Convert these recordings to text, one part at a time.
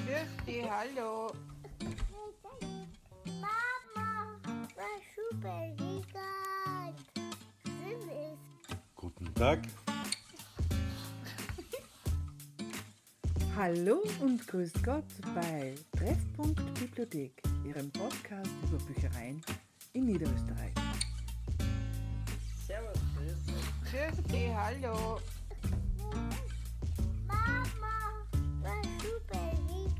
Grüß hallo. Mama, was super Guten Tag. Hallo und grüß Gott bei Treffpunkt Bibliothek, Ihrem Podcast über Büchereien in Niederösterreich. Servus, grüß Grüß hallo. Mama, was super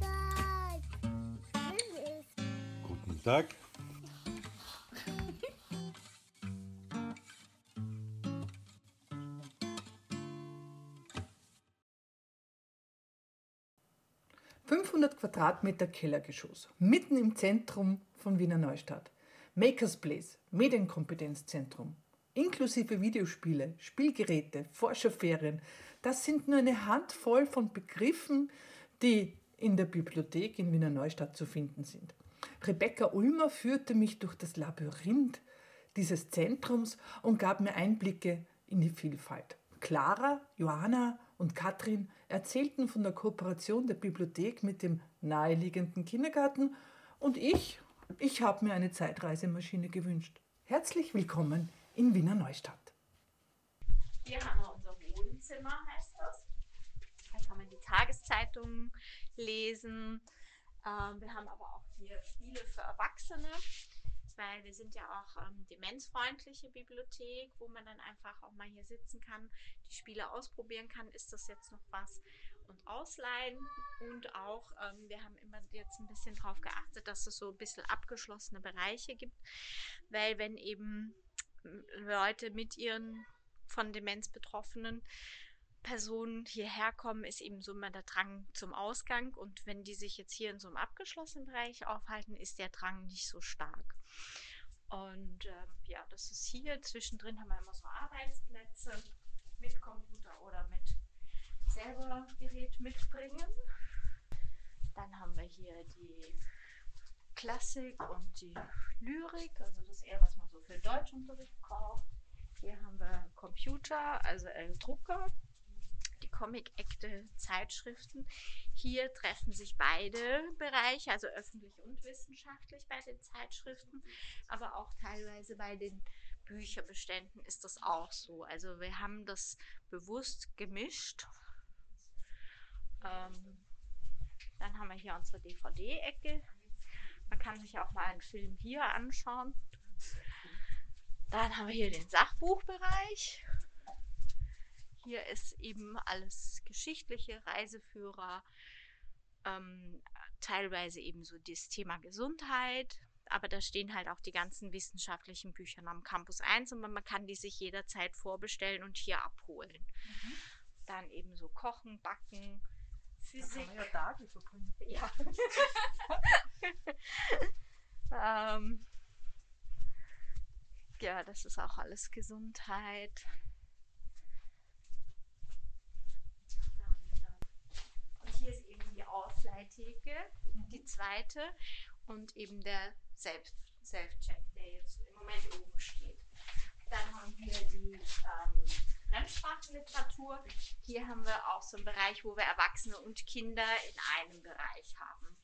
Guten Tag. Quadratmeter Kellergeschoss, mitten im Zentrum von Wiener Neustadt. Makers Place, Medienkompetenzzentrum, inklusive Videospiele, Spielgeräte, Forscherferien. Das sind nur eine Handvoll von Begriffen, die in der Bibliothek in Wiener Neustadt zu finden sind. Rebecca Ulmer führte mich durch das Labyrinth dieses Zentrums und gab mir Einblicke in die Vielfalt. Clara, Johanna und Katrin erzählten von der Kooperation der Bibliothek mit dem naheliegenden Kindergarten und ich habe mir eine Zeitreisemaschine gewünscht. Herzlich willkommen in Wiener Neustadt. Hier haben wir unser Wohnzimmer, heißt das. Da kann man die Tageszeitungen lesen. Wir haben aber auch hier Spiele für Erwachsene, weil wir sind ja auch demenzfreundliche Bibliothek, wo man dann einfach auch mal hier sitzen kann, die Spiele ausprobieren kann, ist das jetzt noch was, und ausleihen. Und auch, wir haben immer jetzt ein bisschen darauf geachtet, dass es so ein bisschen abgeschlossene Bereiche gibt, weil wenn eben Leute mit ihren von Demenz betroffenen Personen hierher kommen, ist eben so immer der Drang zum Ausgang, und wenn die sich jetzt hier in so einem abgeschlossenen Bereich aufhalten, ist der Drang nicht so stark. Und ja, das ist hier. Zwischendrin haben wir immer so Arbeitsplätze mit Computer oder mit selber Gerät mitbringen. Dann haben wir hier die Klassik und die Lyrik, also das ist eher, was man so für Deutschunterricht braucht. Hier haben wir Computer, also Drucker, die Comic-Acte, Zeitschriften. Hier treffen sich beide Bereiche, also öffentlich und wissenschaftlich bei den Zeitschriften, aber auch teilweise bei den Bücherbeständen ist das auch so. Also wir haben das bewusst gemischt. Dann haben wir hier unsere DVD-Ecke. Man kann sich auch mal einen Film hier anschauen. Dann haben wir hier den Sachbuchbereich. Hier ist eben alles geschichtliche, Reiseführer, teilweise eben so das Thema Gesundheit. Aber da stehen halt auch die ganzen wissenschaftlichen Bücher am Campus 1 und man kann die sich jederzeit vorbestellen und hier abholen. Dann eben so Kochen, Backen, Physik. Da kann man ja Tage verbringen. Ja. Ja, das ist auch alles Gesundheit. Und hier ist eben die Ausleihtheke, die zweite, und eben der Self-Check, der jetzt im Moment oben steht. Dann haben wir die Fremdsprachenliteratur. Hier haben wir auch so einen Bereich, wo wir Erwachsene und Kinder in einem Bereich haben.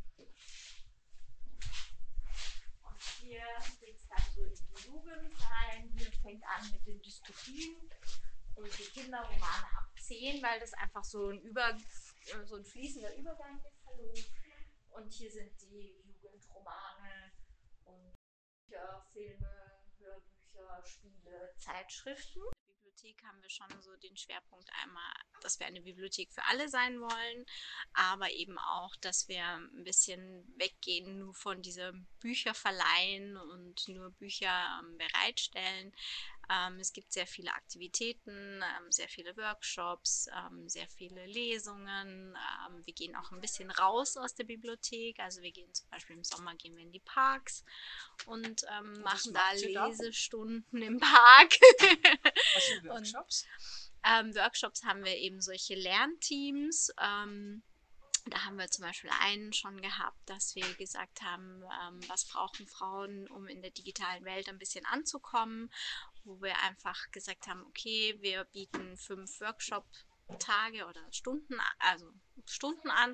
Und hier geht es dann so in die Jugend rein. Hier fängt an mit den Dystopien und die Kinderromane ab 10, weil das einfach so ein fließender Übergang ist. Hallo. Und hier sind die Jugendromane und Bücher, Filme, Hörbücher, Spiele, Zeitschriften. In der Bibliothek haben wir schon so den Schwerpunkt einmal, dass wir eine Bibliothek für alle sein wollen, aber eben auch, dass wir ein bisschen weggehen nur von diesem Bücherverleihen und nur Bücher bereitstellen. Es gibt sehr viele Aktivitäten, sehr viele Workshops, sehr viele Lesungen. Wir gehen auch ein bisschen raus aus der Bibliothek. Also wir gehen zum Beispiel im Sommer gehen wir in die Parks und machen da Lesestunden im Park. Was sind Workshops? Workshops haben wir eben solche Lernteams. Da haben wir zum Beispiel einen schon gehabt, dass wir gesagt haben, was brauchen Frauen, um in der digitalen Welt ein bisschen anzukommen, wo wir einfach gesagt haben, okay, wir bieten 5 Workshop-Tage oder Stunden an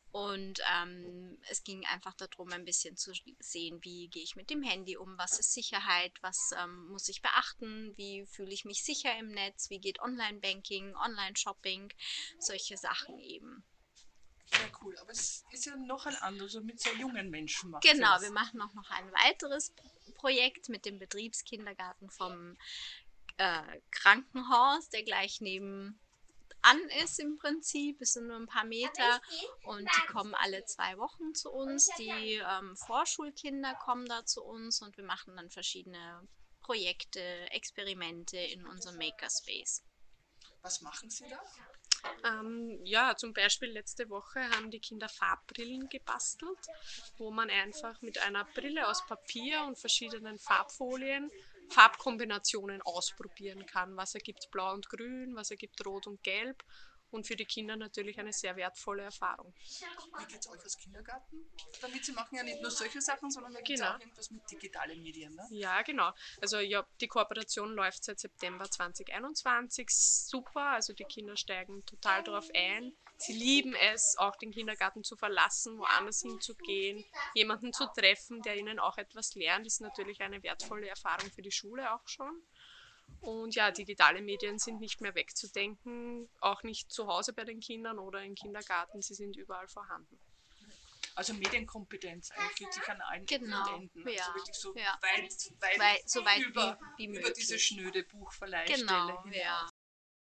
Und es ging einfach darum, ein bisschen zu sehen, wie gehe ich mit dem Handy um, was ist Sicherheit, was muss ich beachten, wie fühle ich mich sicher im Netz, wie geht Online-Banking, Online-Shopping, solche Sachen eben. Sehr cool. Aber es ist ja noch ein anderes, also mit sehr jungen Menschen macht ihr Genau, das. wir machen auch noch ein weiteres Projekt mit dem Betriebskindergarten vom Krankenhaus, der gleich nebenan ist im Prinzip. Es sind nur ein paar Meter und die kommen alle 2 Wochen zu uns. Die Vorschulkinder kommen da zu uns und wir machen dann verschiedene Projekte, Experimente in unserem Makerspace. Was machen Sie da? Ja, zum Beispiel letzte Woche haben die Kinder Farbbrillen gebastelt, wo man einfach mit einer Brille aus Papier und verschiedenen Farbfolien Farbkombinationen ausprobieren kann. Was ergibt Blau und Grün, was ergibt Rot und Gelb und für die Kinder natürlich eine sehr wertvolle Erfahrung. Wie geht es euch als Kindergarten? Damit Sie machen ja nicht nur solche Sachen, sondern da gibt es Genau. auch irgendwas mit digitalen Medien, ne? Ja, genau. Also ja, die Kooperation läuft seit September 2021. Super, also die Kinder steigen total darauf ein. Sie lieben es, auch den Kindergarten zu verlassen, woanders hinzugehen, jemanden zu treffen, der ihnen auch etwas lernt. Das ist natürlich eine wertvolle Erfahrung für die Schule auch schon. Und ja, digitale Medien sind nicht mehr wegzudenken, auch nicht zu Hause bei den Kindern oder im Kindergarten, sie sind überall vorhanden. Also Medienkompetenz eigentlich wirklich an allen Ecken Genau, und Enden. ja, Also wirklich so ja. weit, So weit über, wie über möglich. diese schnöde Buchverleihstelle Genau, hinaus. ja.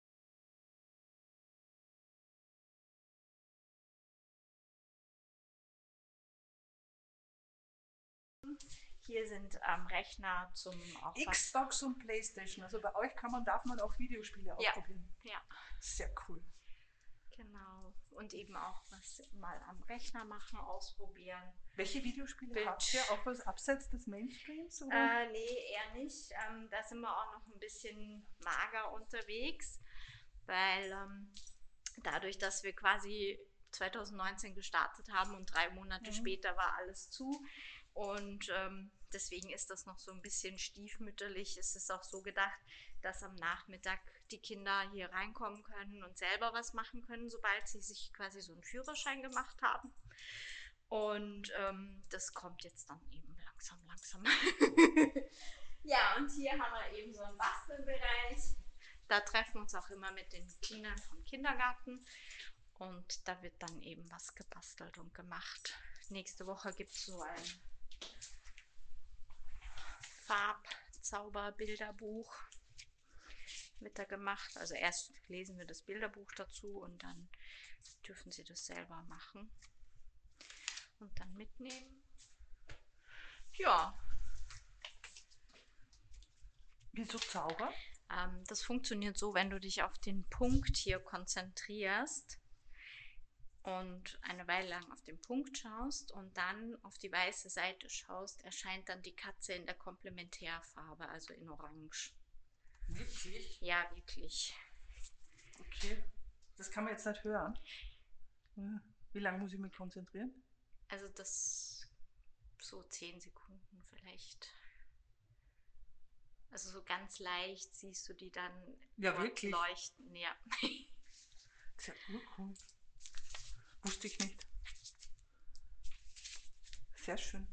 Hier sind Rechner zum Xbox und Playstation. Also bei euch darf man auch Videospiele Ja. ausprobieren. Ja, Sehr cool. genau. Und eben auch was mal am Rechner machen, ausprobieren. Welche Videospiele Bild. habt ihr? Auch was abseits des Mainstreams? Oder? Nee, eher nicht. Da sind wir auch noch ein bisschen mager unterwegs, weil dadurch, dass wir quasi 2019 gestartet haben und 3 Monate später war alles zu und deswegen ist das noch so ein bisschen stiefmütterlich. Es ist auch so gedacht, dass am Nachmittag die Kinder hier reinkommen können und selber was machen können, sobald sie sich quasi so einen Führerschein gemacht haben. Und das kommt jetzt dann eben langsam. Ja, und hier haben wir eben so einen Bastelbereich. Da treffen wir uns auch immer mit den Kindern vom Kindergarten. Und da wird dann eben was gebastelt und gemacht. Nächste Woche gibt es so ein Farbzauberbilderbuch. Wird da gemacht. Also erst lesen wir das Bilderbuch dazu und dann dürfen sie das selber machen. Und dann mitnehmen. Ja. Wieso Zauber? Das funktioniert so, wenn du dich auf den Punkt hier konzentrierst und eine Weile lang auf den Punkt schaust und dann auf die weiße Seite schaust, erscheint dann die Katze in der Komplementärfarbe, also in Orange. Wirklich? Ja, wirklich. Okay. Das kann man jetzt nicht hören. Wie lange muss ich mich konzentrieren? Also das so 10 Sekunden vielleicht. Also so ganz leicht siehst du die dann Ja, dort wirklich? leuchten. Ja. Das ist ja urcool. Wusste ich nicht. Sehr schön.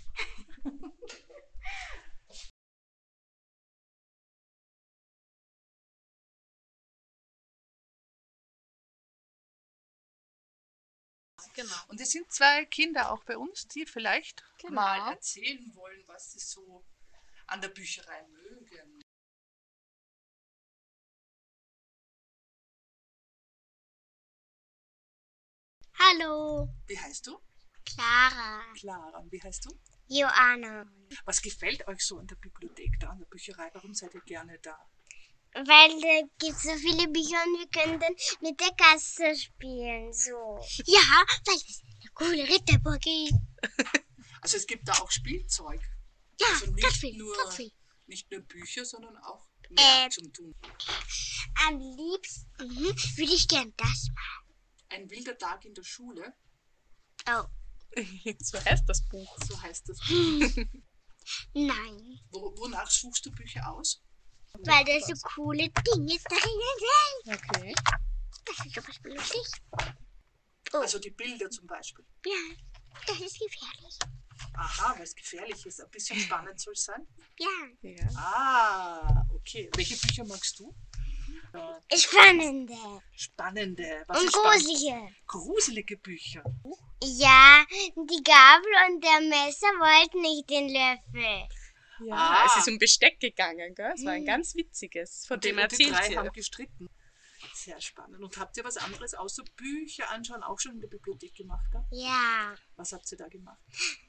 Genau. Und es sind 2 Kinder auch bei uns, die vielleicht Genau. mal erzählen wollen, was sie so an der Bücherei mögen. Hallo, Wie heißt du? Clara, Clara. Und wie heißt du? Joanna. Was gefällt euch so an der Bibliothek, da an der Bücherei? Warum seid ihr gerne da? Weil da gibt es so viele Bücher und wir können dann mit der Katze spielen. So. Ja, weil es eine coole Ritterburg ist. Also es gibt da auch Spielzeug. Ja, Also ganz nicht viel, nur, ganz viel. nicht nur Bücher, sondern auch mehr zum Tun. Am liebsten würde ich gern das machen. Ein wilder Tag in der Schule, Oh, So heißt das Buch. so heißt das. nein. Wonach suchst du Bücher aus? Weil da so coole Dinge drin sind. Okay. Das ist zum Beispiel lustig. Oh. Also die Bilder zum Beispiel. Ja, das ist gefährlich. Aha, weil es gefährlich ist. Ein bisschen spannend soll es sein. Ja. Ja. Ah, okay. Welche Bücher magst du? Spannende Spannende. Was und ist spannend? gruselige. Gruselige Bücher. Ja, die Gabel und der Messer wollten nicht den Löffel. Ja, Ah. es ist um Besteck gegangen, gell? Es war ein ganz witziges, von dem Und die erzählt drei sie. haben gestritten. Sehr spannend. Und habt ihr was anderes außer Bücher anschauen auch schon in der Bibliothek gemacht? Gell? Ja. Was habt ihr da gemacht?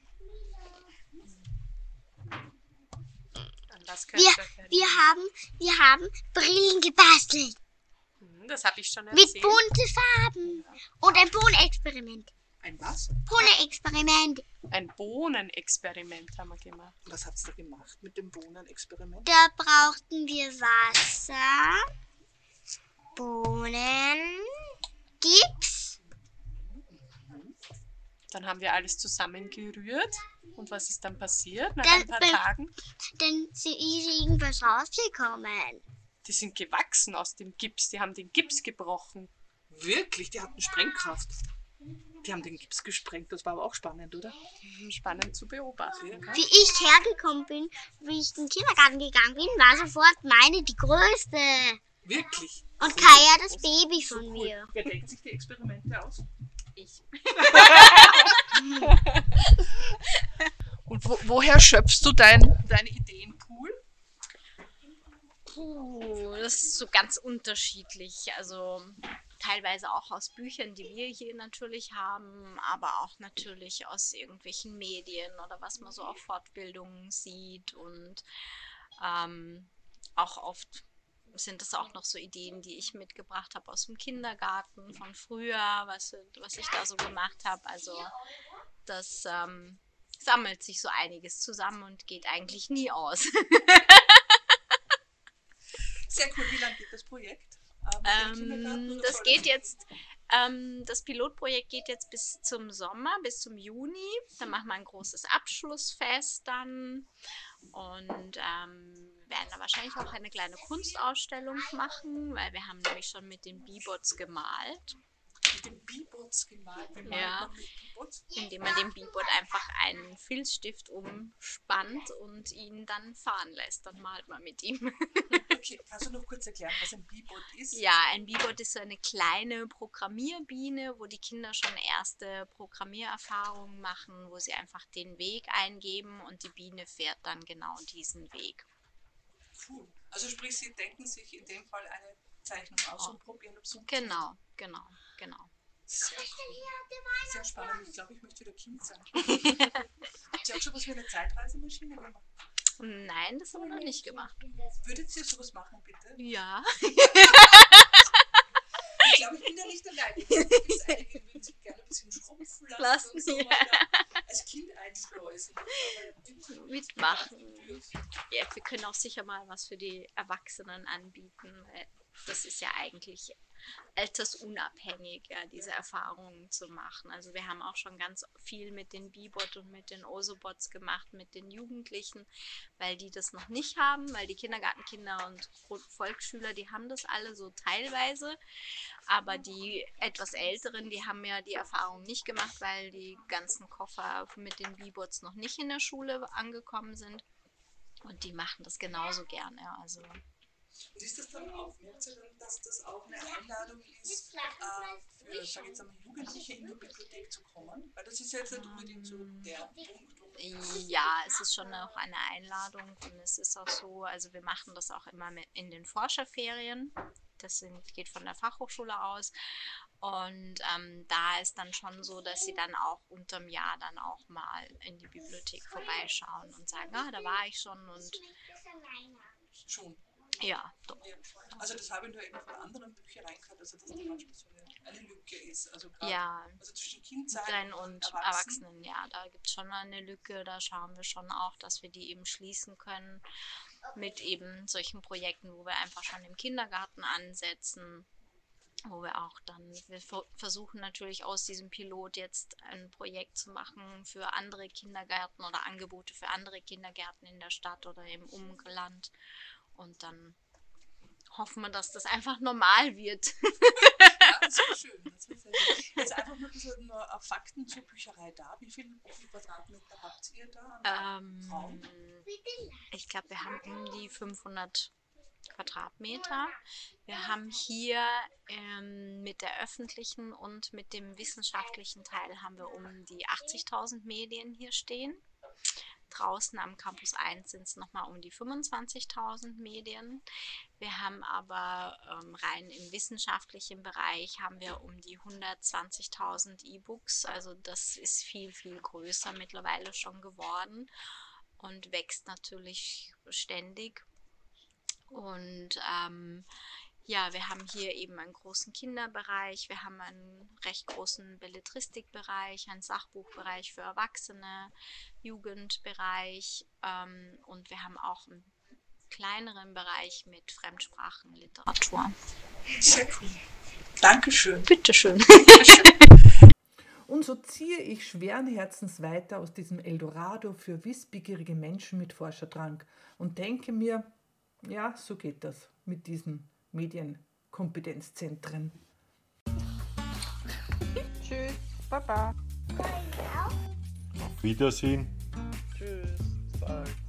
An was könnt ihr euch erinnern? Wir haben Brillen gebastelt. Das habe ich schon Mit erzählt. bunten Farben. Und ein Bohnenexperiment. Ein was? Bohnenexperiment. Ein Bohnenexperiment haben wir gemacht. Was habt ihr da gemacht mit dem Bohnenexperiment? Da brauchten wir Wasser, Bohnen, Gips. Dann haben wir alles zusammengerührt. Und was ist dann passiert nach Dann ein paar be- Tagen? Dann ist irgendwas rausgekommen. Die sind gewachsen aus dem Gips. Die haben den Gips gebrochen. Wirklich? Die hatten Sprengkraft. Die haben den Gips gesprengt. Das war aber auch spannend, oder? Spannend zu beobachten. gell? Wie ich hergekommen bin, wie ich in den Kindergarten gegangen bin, war sofort meine die größte. Wirklich. Und Kaya das Baby von Cool. mir. Wer denkt sich die Experimente aus? Ich. Und woher schöpfst du deine Ideenpool? Das ist so ganz unterschiedlich. Also teilweise auch aus Büchern, die wir hier natürlich haben, aber auch natürlich aus irgendwelchen Medien oder was man so auf Fortbildungen sieht. Und auch oft sind das auch noch so Ideen, die ich mitgebracht habe aus dem Kindergarten von früher, was ich da so gemacht habe. Also das sammelt sich so einiges zusammen und geht eigentlich nie aus. Sehr cool. Wie lange geht das Projekt? Für den Kindergarten oder Das soll geht jetzt, das Pilotprojekt geht jetzt bis zum Sommer, bis zum Juni. Dann machen wir ein großes Abschlussfest dann und werden da wahrscheinlich auch eine kleine Kunstausstellung machen, weil wir haben nämlich schon mit den Bebots gemalt. mit den Bebots gemalt? Wie malt Ja. man mit Bebots? Indem man dem Bebot einfach einen Filzstift umspannt und ihn dann fahren lässt. Dann malt man mit ihm. Okay, kannst du noch kurz erklären, was ein Bebot ist? Ja, ein Bebot ist so eine kleine Programmierbiene, wo die Kinder schon erste Programmiererfahrungen machen, wo sie einfach den Weg eingeben und die Biene fährt dann genau diesen Weg. Cool. Also sprich, Sie denken sich in dem Fall eine Zeichnung aus und probieren, ob es so Genau. Sehr cool. Sehr spannend. Ich glaube, ich möchte wieder Kind sein. Habt ihr auch schon was wie eine Zeitreisemaschine gemacht? Nein, das haben wir noch nicht gemacht. Würdet ihr sowas machen, bitte? Ja. Ich glaube, ich bin da nicht alleine. Ich glaube, einige würden sich gerne ein bisschen schrumpfen lassen und so Ja. weiter. Als Kind einschleusen. Mitmachen. Ja, wir können auch sicher mal was für die Erwachsenen anbieten, weil das ist ja eigentlich altersunabhängig, ja, diese Erfahrungen zu machen. Also wir haben auch schon ganz viel mit den Bebot und mit den Osobots gemacht, mit den Jugendlichen, weil die das noch nicht haben, weil die Kindergartenkinder und Volksschüler, die haben das alle so teilweise, aber die etwas Älteren, die haben ja die Erfahrung nicht gemacht, weil die ganzen Koffer mit den Bebots noch nicht in der Schule angekommen sind und die machen das genauso gerne, also Und ist das dann auch, merkt ihr dann, dass das auch eine Einladung ist, für, sag ich jetzt einmal, Jugendliche in die Bibliothek zu kommen? Weil das ist ja jetzt nicht unbedingt so der Punkt, wo ja, es ist schon auch eine Einladung und es ist auch so, also wir machen das auch immer in den Forscherferien. Das geht von der Fachhochschule aus. Und da ist dann schon so, dass sie dann auch unterm Jahr dann auch mal in die Bibliothek vorbeischauen und sagen, ah, da war ich schon und schon. ja, doch. Ja. Also das habe ich nur eben von anderen Büchereien gehört, also dass das manchmal so eine Lücke ist. Also, grad, Ja, also zwischen Kindsein Sein und Erwachsenen, ja, da gibt es schon eine Lücke, da schauen wir schon auch, dass wir die eben schließen können mit eben solchen Projekten, wo wir einfach schon im Kindergarten ansetzen, wo wir auch dann, wir versuchen natürlich aus diesem Pilot jetzt ein Projekt zu machen für andere Kindergärten oder Angebote für andere Kindergärten in der Stadt oder im Umland und dann hoffen wir, dass das einfach normal wird. Ja, das ist schön. Das ist sehr schön. Jetzt einfach nur ein bisschen Fakten zur Bücherei da. Wie viel Quadratmeter habt ihr da an Raum? Ich glaube, wir haben um die 500 Quadratmeter. Wir haben hier mit der öffentlichen und mit dem wissenschaftlichen Teil haben wir um die 80.000 Medien hier stehen. Draußen am Campus 1 sind es nochmal um die 25.000 Medien. Wir haben aber rein im wissenschaftlichen Bereich haben wir um die 120.000 E-Books. Also das ist viel, viel größer mittlerweile schon geworden und wächst natürlich ständig. Und ja, wir haben hier eben einen großen Kinderbereich, wir haben einen recht großen Belletristikbereich, einen Sachbuchbereich für Erwachsene, Jugendbereich und wir haben auch einen kleineren Bereich mit Fremdsprachenliteratur. Sehr cool. Dankeschön. Bitteschön. Und so ziehe ich schweren Herzens weiter aus diesem Eldorado für wissbegierige Menschen mit Forscherdrang und denke mir, ja, so geht das mit diesen Medienkompetenzzentren. Tschüss, Baba. Auf Wiedersehen. Tschüss, sag.